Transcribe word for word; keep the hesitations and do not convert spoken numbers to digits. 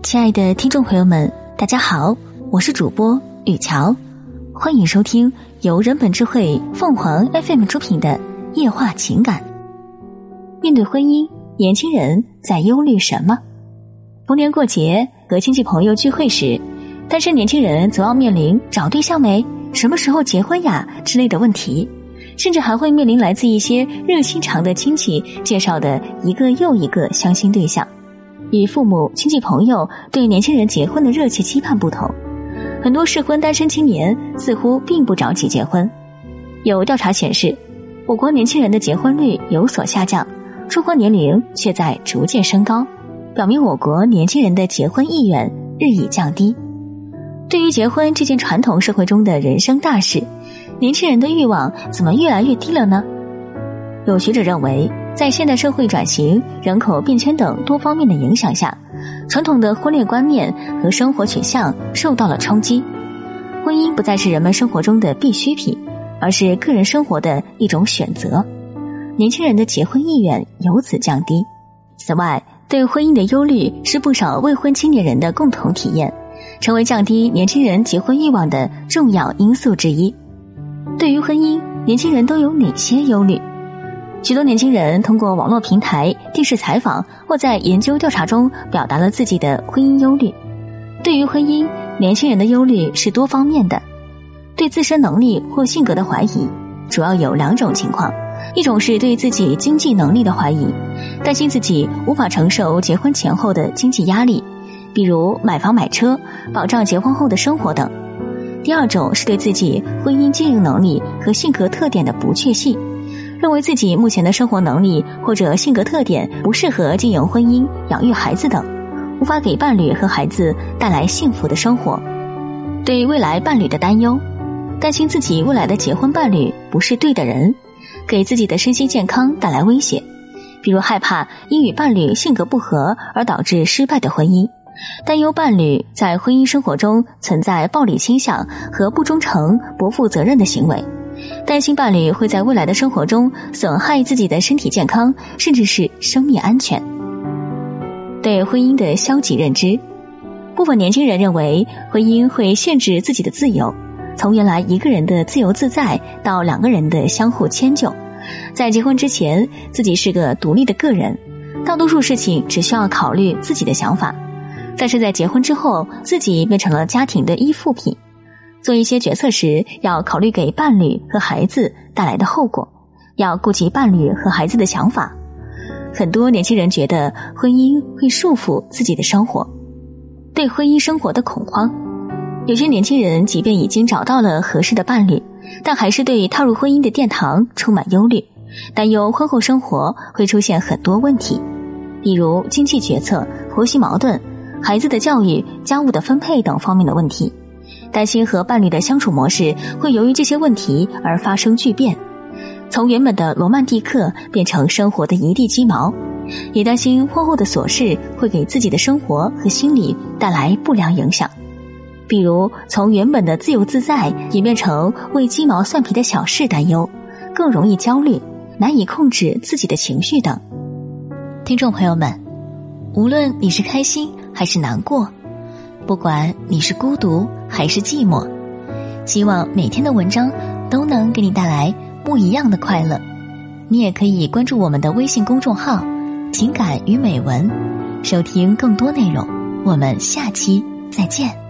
亲爱的听众朋友们，大家好，我是主播雨乔，欢迎收听由人本智慧凤凰 F M 出品的夜话情感。面对婚姻，年轻人在忧虑什么？逢年过节和亲戚朋友聚会时，单身年轻人总要面临找对象没、什么时候结婚呀之类的问题，甚至还会面临来自一些热心肠的亲戚介绍的一个又一个相亲对象。与父母、亲戚朋友对年轻人结婚的热切期盼不同，很多适婚单身青年似乎并不着急结婚。有调查显示，我国年轻人的结婚率有所下降，初婚年龄却在逐渐升高，表明我国年轻人的结婚意愿日益降低。对于结婚这件传统社会中的人生大事，年轻人的欲望怎么越来越低了呢？有学者认为，在现代社会转型、人口变迁等多方面的影响下，传统的婚恋观念和生活取向受到了冲击。婚姻不再是人们生活中的必需品，而是个人生活的一种选择。年轻人的结婚意愿由此降低。此外，对婚姻的忧虑是不少未婚青年人的共同体验，成为降低年轻人结婚欲望的重要因素之一。对于婚姻，年轻人都有哪些忧虑？许多年轻人通过网络平台、电视采访或在研究调查中表达了自己的婚姻忧虑。对于婚姻，年轻人的忧虑是多方面的。对自身能力或性格的怀疑，主要有两种情况。一种是对自己经济能力的怀疑，担心自己无法承受结婚前后的经济压力，比如买房买车，保障结婚后的生活等。第二种是对自己婚姻经营能力和性格特点的不确信，认为自己目前的生活能力或者性格特点不适合经营婚姻、养育孩子等，无法给伴侣和孩子带来幸福的生活。对未来伴侣的担忧，担心自己未来的结婚伴侣不是对的人，给自己的身心健康带来威胁，比如害怕因与伴侣性格不合而导致失败的婚姻，担忧伴侣在婚姻生活中存在暴力倾向和不忠诚、不负责任的行为，担心伴侣会在未来的生活中损害自己的身体健康，甚至是生命安全。对婚姻的消极认知，部分年轻人认为婚姻会限制自己的自由，从原来一个人的自由自在到两个人的相互迁就。在结婚之前，自己是个独立的个人，大多数事情只需要考虑自己的想法，但是在结婚之后，自己变成了家庭的依附品，做一些决策时要考虑给伴侣和孩子带来的后果，要顾及伴侣和孩子的想法。很多年轻人觉得婚姻会束缚自己的生活。对婚姻生活的恐慌，有些年轻人即便已经找到了合适的伴侣，但还是对踏入婚姻的殿堂充满忧虑，担忧婚后生活会出现很多问题，比如经济决策、婆媳矛盾、孩子的教育、家务的分配等方面的问题，担心和伴侣的相处模式会由于这些问题而发生巨变，从原本的罗曼蒂克变成生活的一地鸡毛，也担心婚后的琐事会给自己的生活和心理带来不良影响，比如从原本的自由自在演变成为鸡毛蒜皮的小事担忧，更容易焦虑，难以控制自己的情绪等。听众朋友们，无论你是开心还是难过，不管你是孤独还是寂寞，希望每天的文章都能给你带来不一样的快乐。你也可以关注我们的微信公众号情感与美文，收听更多内容。我们下期再见。